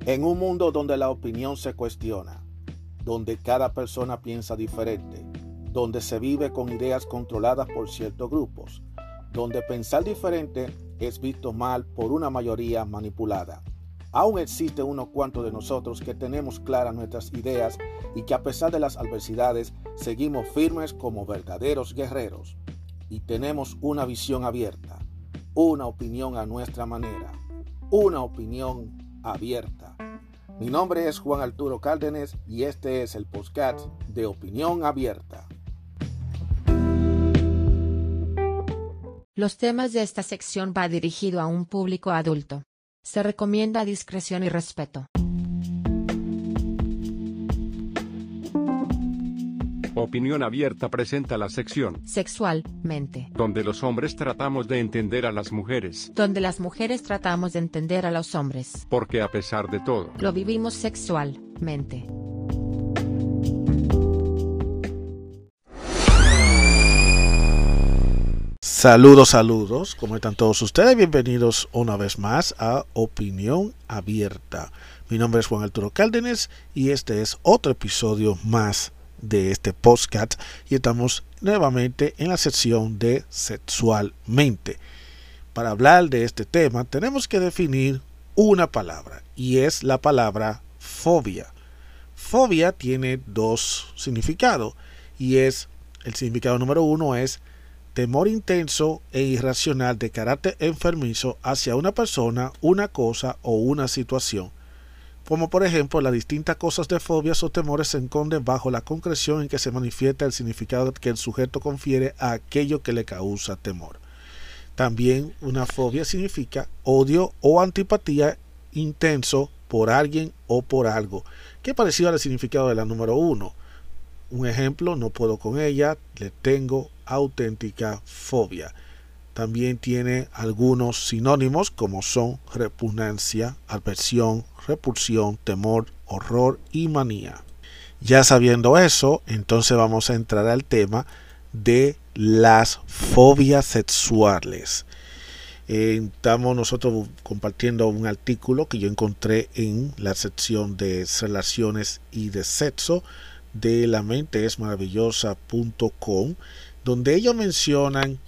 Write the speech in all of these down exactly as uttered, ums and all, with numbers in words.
En un mundo donde la opinión se cuestiona, donde cada persona piensa diferente, donde se vive con ideas controladas por ciertos grupos, donde pensar diferente es visto mal por una mayoría manipulada. Aún existen unos cuantos de nosotros que tenemos claras nuestras ideas y que a pesar de las adversidades seguimos firmes como verdaderos guerreros. Y tenemos una visión abierta, una opinión a nuestra manera, una opinión abierta. Mi nombre es Juan Arturo Cárdenas y este es el podcast de Opinión Abierta. Los temas de esta sección va dirigido a un público adulto. Se recomienda discreción y respeto. Opinión Abierta presenta la sección Sexualmente, donde los hombres tratamos de entender a las mujeres, donde las mujeres tratamos de entender a los hombres, porque a pesar de todo, lo vivimos sexualmente. Saludos, saludos, ¿cómo están todos ustedes? Bienvenidos una vez más a Opinión Abierta. Mi nombre es Juan Arturo Cárdenas y este es otro episodio más de este podcast y estamos nuevamente en la sección de Sexualmente. Para hablar de este tema tenemos que definir una palabra y es la palabra fobia. Fobia tiene dos significados y es el significado número uno es temor intenso e irracional de carácter enfermizo hacia una persona, una cosa o una situación. Como por ejemplo, las distintas cosas de fobias o temores se esconden bajo la concreción en que se manifiesta el significado que el sujeto confiere a aquello que le causa temor. También una fobia significa odio o antipatía intenso por alguien o por algo, que es parecido al significado de la número uno. Un ejemplo, no puedo con ella, le tengo auténtica fobia. También tiene algunos sinónimos como son repugnancia, aversión, repulsión, temor, horror y manía. Ya sabiendo eso, entonces vamos a entrar al tema de las fobias sexuales. Eh, estamos nosotros compartiendo un artículo que yo encontré en la sección de relaciones y de sexo de la mente es maravillosa punto com, donde ellos mencionan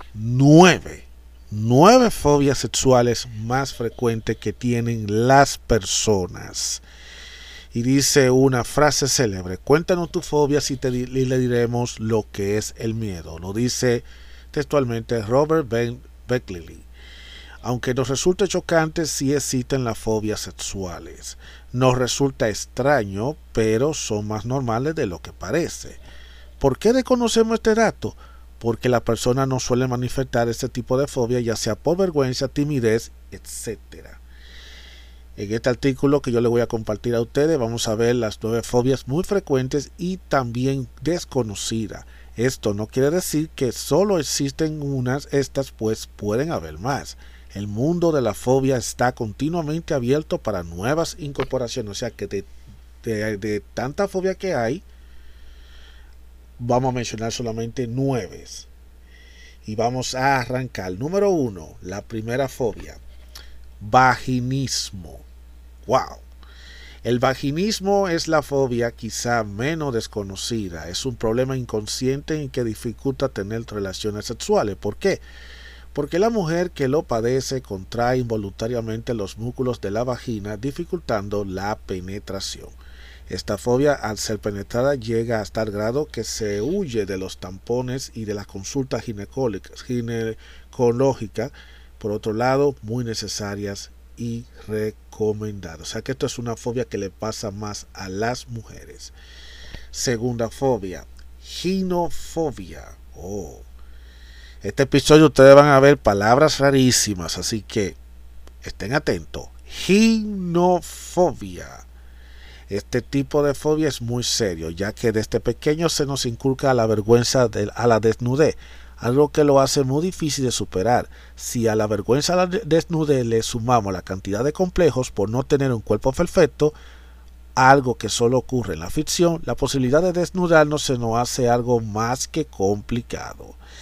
nueve, nueve fobias sexuales más frecuentes que tienen las personas. Y dice una frase célebre: cuéntanos tu fobia y, te, y le diremos lo que es el miedo. Lo dice textualmente Robert Ben Beckley. Aunque nos resulte chocante, sí existen las fobias sexuales. Nos resulta extraño, pero son más normales de lo que parece. ¿Por qué desconocemos este dato? Porque la persona no suele manifestar este tipo de fobia, ya sea por vergüenza, timidez, etcétera. En este artículo que yo le voy a compartir a ustedes, vamos a ver las nueve fobias muy frecuentes y también desconocidas. Esto no quiere decir que solo existen unas, estas pues pueden haber más. El mundo de la fobia está continuamente abierto para nuevas incorporaciones, o sea que de, de, de tanta fobia que hay, vamos a mencionar solamente nueve. Y vamos a arrancar. Número uno, la primera fobia, vaginismo. Wow. El vaginismo es la fobia quizá menos desconocida. Es un problema inconsciente en que dificulta tener relaciones sexuales. ¿Por qué? Porque la mujer que lo padece contrae involuntariamente los músculos de la vagina, dificultando la penetración. Esta fobia, al ser penetrada, llega hasta el grado que se huye de los tampones y de las consultas ginecológicas, por otro lado, muy necesarias y recomendadas. O sea que esto es una fobia que le pasa más a las mujeres. Segunda fobia, ginofobia. Oh. Este episodio ustedes van a ver palabras rarísimas, así que estén atentos. Ginofobia. Este tipo de fobia es muy serio, ya que desde pequeño se nos inculca la vergüenza de, a la desnudez, algo que lo hace muy difícil de superar. Si a la vergüenza a la desnudez le sumamos la cantidad de complejos por no tener un cuerpo perfecto, algo que solo ocurre en la ficción, la posibilidad de desnudarnos se nos hace algo más que complicado.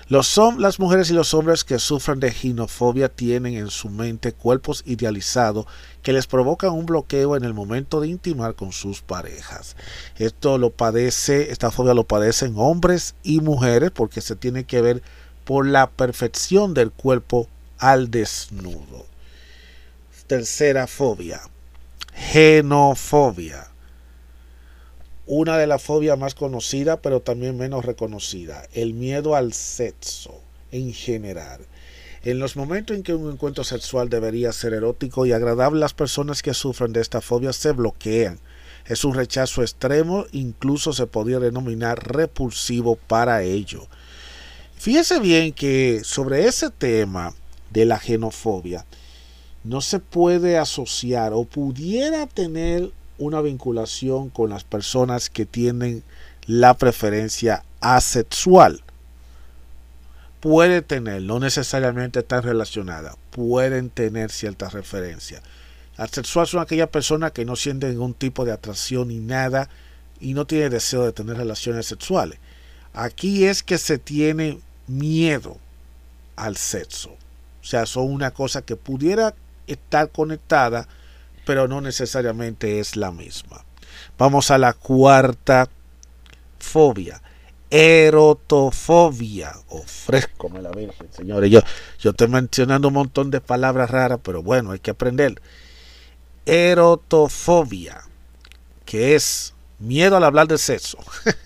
Los hom- las mujeres y los hombres que sufren de ginofobia tienen en su mente cuerpos idealizados que les provocan un bloqueo en el momento de intimar con sus parejas. Esto lo padece, esta fobia lo padecen hombres y mujeres porque se tiene que ver por la perfección del cuerpo al desnudo. Tercera fobia, genofobia. Una de las fobias más conocidas, pero también menos reconocida, el miedo al sexo en general. En los momentos en que un encuentro sexual debería ser erótico y agradable, las personas que sufren de esta fobia se bloquean. Es un rechazo extremo, incluso se podría denominar repulsivo para ello. Fíjese bien que sobre ese tema de la genofobia no se puede asociar o pudiera tener una vinculación con las personas que tienen la preferencia asexual. Puede tener, no necesariamente está relacionada, pueden tener cierta referencia. Asexual son aquellas personas que no sienten ningún tipo de atracción ni nada y no tienen deseo de tener relaciones sexuales. Aquí es que se tiene miedo al sexo. O sea, son una cosa que pudiera estar conectada, pero no necesariamente es la misma. Vamos a la cuarta fobia, erotofobia. Ofrézcome la Virgen, señores. Yo, yo estoy mencionando un montón de palabras raras, pero bueno, hay que aprender. Erotofobia, que es miedo al hablar de sexo.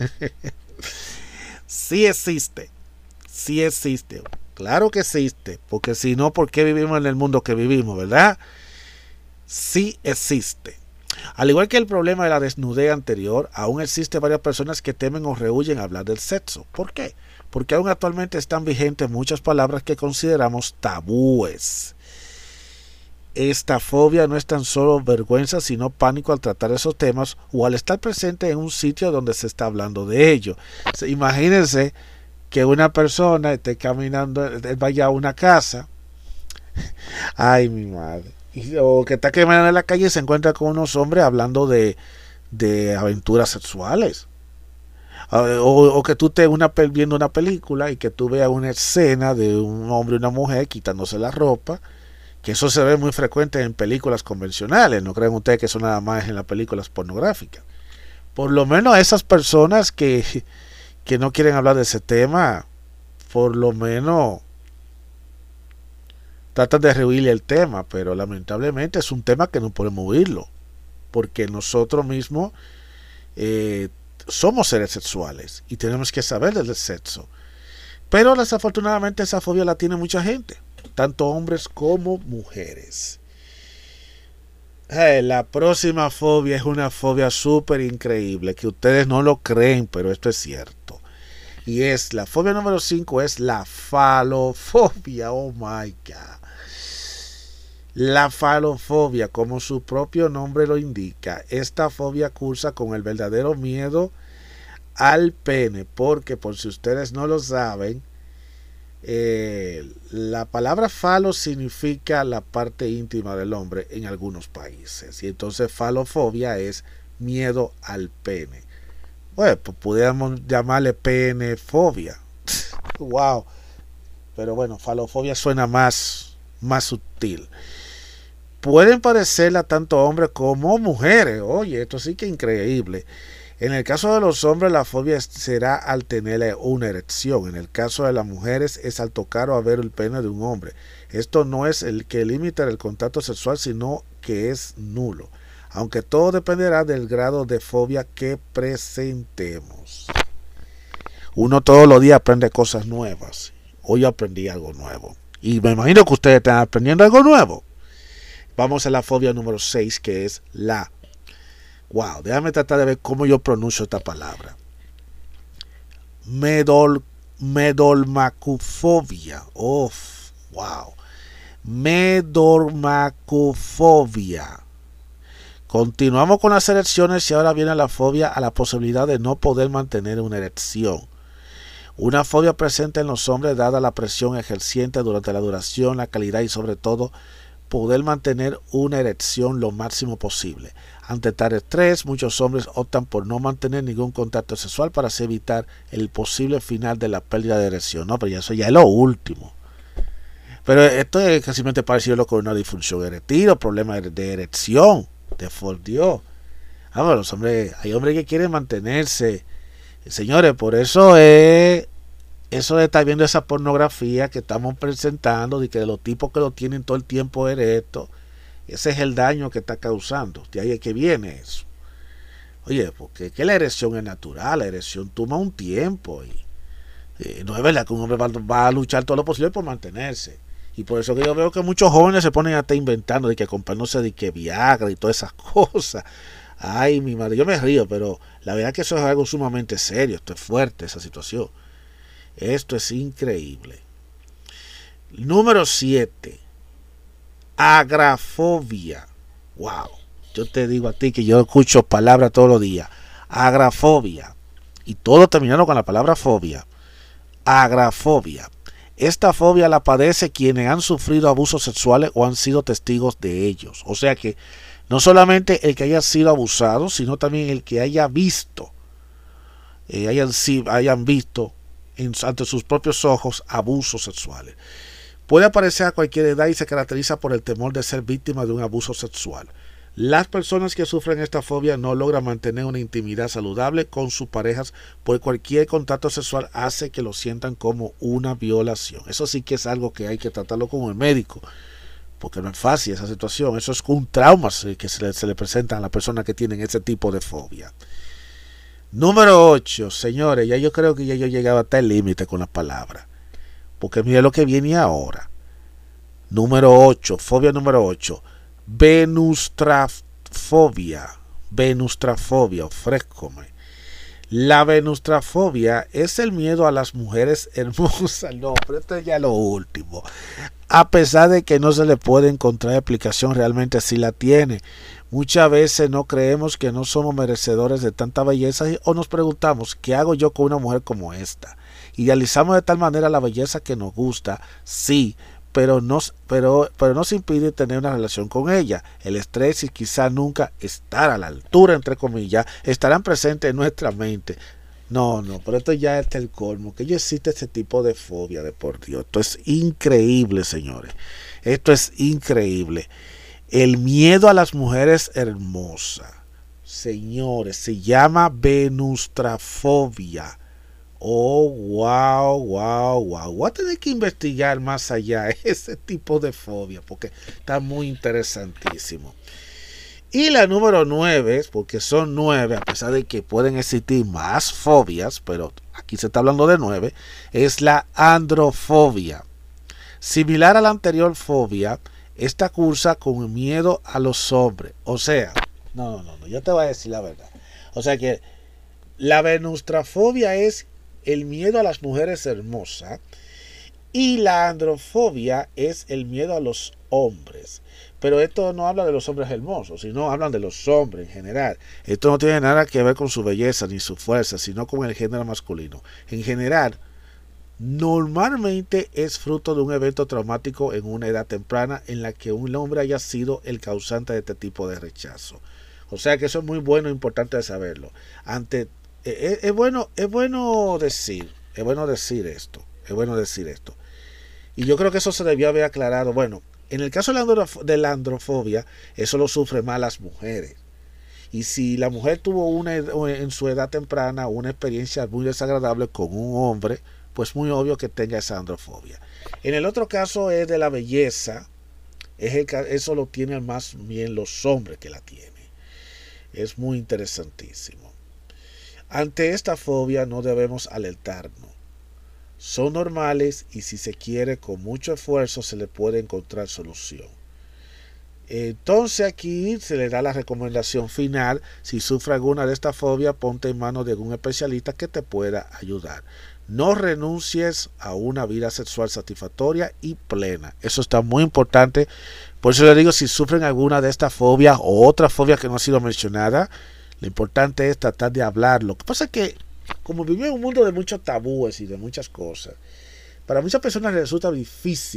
Sí existe, sí existe. Claro que existe, porque si no, ¿por qué vivimos en el mundo que vivimos, verdad? Sí existe. Al igual que el problema de la desnudez anterior, aún existe varias personas que temen o rehúyen hablar del sexo. ¿Por qué? Porque aún actualmente están vigentes muchas palabras que consideramos tabúes. Esta fobia no es tan solo vergüenza, sino pánico al tratar esos temas o al estar presente en un sitio donde se está hablando de ello. Imagínense que una persona esté caminando, vaya a una casa. Ay, mi madre. O que está caminando en la calle y se encuentra con unos hombres hablando de, de aventuras sexuales. O, o que tú estés una, viendo una película y que tú veas una escena de un hombre y una mujer quitándose la ropa, que eso se ve muy frecuente en películas convencionales. No creen ustedes que eso nada más en las películas pornográficas. Por lo menos a esas personas que, que no quieren hablar de ese tema, por lo menos tratan de rehuirle el tema, pero lamentablemente es un tema que no podemos huirlo, porque nosotros mismos eh, somos seres sexuales y tenemos que saber del sexo. Pero desafortunadamente esa fobia la tiene mucha gente, tanto hombres como mujeres. Eh, la próxima fobia es una fobia súper increíble, que ustedes no lo creen, pero esto es cierto. Y es la fobia número cinco, es la falofobia. Oh my God. La falofobia, como su propio nombre lo indica, esta fobia cursa con el verdadero miedo al pene, porque por si ustedes no lo saben, eh, la palabra falo significa la parte íntima del hombre en algunos países, y entonces falofobia es miedo al pene. Bueno, pues pudiéramos llamarle penefobia. Wow. Pero bueno, falofobia suena más, más sutil. Pueden parecerla tanto hombres como mujeres. Oye, esto sí que es increíble. En el caso de los hombres, la fobia será al tener una erección. En el caso de las mujeres, es al tocar o a ver el pene de un hombre. Esto no es el que limita el contacto sexual, sino que es nulo. Aunque todo dependerá del grado de fobia que presentemos. Uno todos los días aprende cosas nuevas. Hoy aprendí algo nuevo. Y me imagino que ustedes están aprendiendo algo nuevo. Vamos a la fobia número seis, que es la... Wow, déjame tratar de ver cómo yo pronuncio esta palabra. Medol, medolmacufobia. Oh, wow. Medolmacufobia. Continuamos con las erecciones y ahora viene la fobia a la posibilidad de no poder mantener una erección. Una fobia presente en los hombres dada la presión ejerciente durante la duración, la calidad y sobre todo poder mantener una erección lo máximo posible. Ante tal estrés, muchos hombres optan por no mantener ningún contacto sexual para así evitar el posible final de la pérdida de erección. No, pero ya eso ya es lo último. Pero esto es casi parecido con una disfunción eréctil o problema de erección. De por Dios. Ah, bueno, los hombres, hay hombres que quieren mantenerse. Señores, por eso es eso de estar viendo esa pornografía que estamos presentando, de que de los tipos que lo tienen todo el tiempo erecto, ese es el daño que está causando. De ahí es que viene eso. Oye, porque que la erección es natural, la erección toma un tiempo y eh, no es verdad que un hombre va, va a luchar todo lo posible por mantenerse. Y por eso que yo veo que muchos jóvenes se ponen hasta inventando de que comprándose de que Viagra y todas esas cosas. Ay, mi madre, yo me río, pero la verdad que eso es algo sumamente serio. Esto es fuerte, esa situación. Esto es increíble. Número siete. Agrafobia. Wow. Yo te digo a ti que yo escucho palabras todos los días. Agrafobia. Y todo terminando con la palabra fobia. Agrafobia. Esta fobia la padece quienes han sufrido abusos sexuales o han sido testigos de ellos. O sea que no solamente el que haya sido abusado, sino también el que haya visto, eh, hayan, hayan visto en, ante sus propios ojos abusos sexuales. Puede aparecer a cualquier edad y se caracteriza por el temor de ser víctima de un abuso sexual. Las personas que sufren esta fobia no logran mantener una intimidad saludable con sus parejas, pues cualquier contacto sexual hace que lo sientan como una violación. Eso sí que es algo que hay que tratarlo con el médico, porque no es fácil esa situación. Eso es un trauma que se le, se le presenta a las personas que tienen ese tipo de fobia. Número ocho, señores, ya yo creo que ya yo llegaba hasta el límite con las palabras, porque mire lo que viene ahora. Número ocho, fobia número ocho. Venustrafobia. Venustrafobia, ofrézcome. La venustrafobia es el miedo a las mujeres hermosas. No, pero esto es ya lo último. A pesar de que no se le puede encontrar explicación, realmente sí la tiene. Muchas veces no creemos que no somos merecedores de tanta belleza o nos preguntamos, ¿qué hago yo con una mujer como esta? Idealizamos de tal manera la belleza que nos gusta, sí, pero nos, pero, pero nos impide tener una relación con ella. El estrés y quizá nunca estar a la altura, entre comillas, estarán presentes en nuestra mente. No, no, pero esto ya es el colmo, que ya existe este tipo de fobia, de por Dios. Esto es increíble, señores. Esto es increíble. El miedo a las mujeres hermosas, señores, se llama venustrafobia. Oh, wow, wow, wow. Voy a tener que investigar más allá ese tipo de fobia, porque está muy interesantísimo. Y la número nueve, porque son nueve, a pesar de que pueden existir más fobias, pero aquí se está hablando de nueve, es la androfobia. Similar a la anterior fobia, esta cursa con miedo a los hombres. O sea, no, no, no, yo te voy a decir la verdad. O sea que la venustrafobia es el miedo a las mujeres hermosas y la androfobia es el miedo a los hombres. Pero esto no habla de los hombres hermosos, sino hablan de los hombres en general. Esto no tiene nada que ver con su belleza ni su fuerza, sino con el género masculino. En general, normalmente es fruto de un evento traumático en una edad temprana en la que un hombre haya sido el causante de este tipo de rechazo. O sea que eso es muy bueno e importante de saberlo. Ante Es, es bueno es bueno decir es bueno decir esto es bueno decir esto y yo creo que eso se debió haber aclarado. Bueno, en el caso de la, androf- de la androfobia, eso lo sufren más las mujeres, y si la mujer tuvo una en su edad temprana una experiencia muy desagradable con un hombre, pues muy obvio que tenga esa androfobia. En el otro caso es de la belleza, es el, eso lo tienen más bien los hombres que la tienen. Es muy interesantísimo. Ante esta fobia no debemos alertarnos. Son normales y si se quiere con mucho esfuerzo se le puede encontrar solución. Entonces aquí se le da la recomendación final: si sufre alguna de estas fobias, ponte en manos de algún especialista que te pueda ayudar. No renuncies a una vida sexual satisfactoria y plena. Eso está muy importante. Por eso le digo, si sufren alguna de estas fobias o otra fobia que no ha sido mencionada, lo importante es tratar de hablar. Lo que pasa es que, como vivimos en un mundo de muchos tabúes y de muchas cosas, para muchas personas les resulta difícil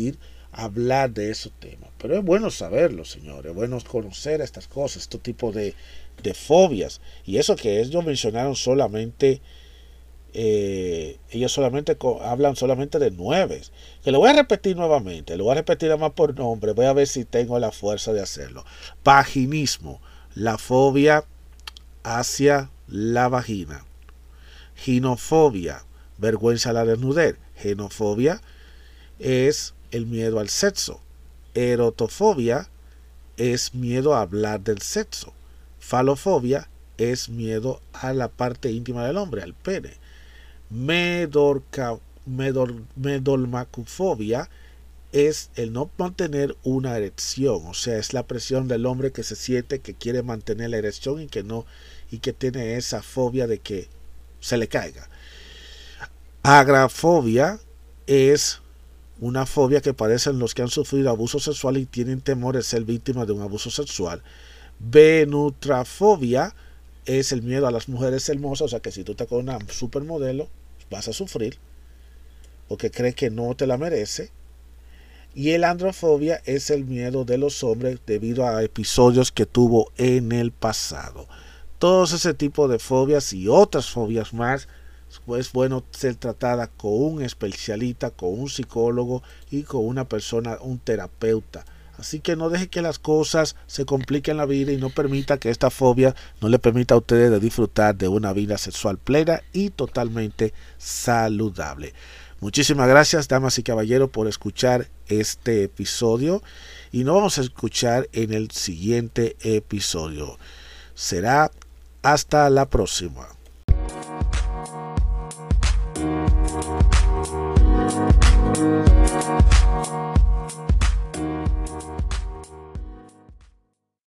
hablar de esos temas. Pero es bueno saberlo, señores, es bueno conocer estas cosas, este tipo de, de fobias. Y eso que ellos mencionaron solamente, eh, ellos solamente hablan solamente de nueve. Que lo voy a repetir nuevamente, lo voy a repetir además por nombre, voy a ver si tengo la fuerza de hacerlo. Vaginismo, la fobia hacia la vagina. Ginofobia, vergüenza a la desnudez. Genofobia es el miedo al sexo. Erotofobia es miedo a hablar del sexo. Falofobia es miedo a la parte íntima del hombre, al pene. Medorca, medor, medolmacufobia es el no mantener una erección, o sea, es la presión del hombre que se siente que quiere mantener la erección y que no, y que tiene esa fobia de que se le caiga. Agrafobia es una fobia que padecen los que han sufrido abuso sexual y tienen temor de ser víctimas de un abuso sexual. Venutrafobia es el miedo a las mujeres hermosas, o sea que si tú te con una supermodelo vas a sufrir porque crees que no te la merece. Y el androfobia es el miedo de los hombres debido a episodios que tuvo en el pasado. Todos ese tipo de fobias y otras fobias más, es bueno ser tratada con un especialista, con un psicólogo y con una persona, un terapeuta. Así que no deje que las cosas se compliquen la vida y no permita que esta fobia no le permita a ustedes de disfrutar de una vida sexual plena y totalmente saludable. Muchísimas gracias, damas y caballeros, por escuchar este episodio y nos vamos a escuchar en el siguiente episodio. Será hasta la próxima.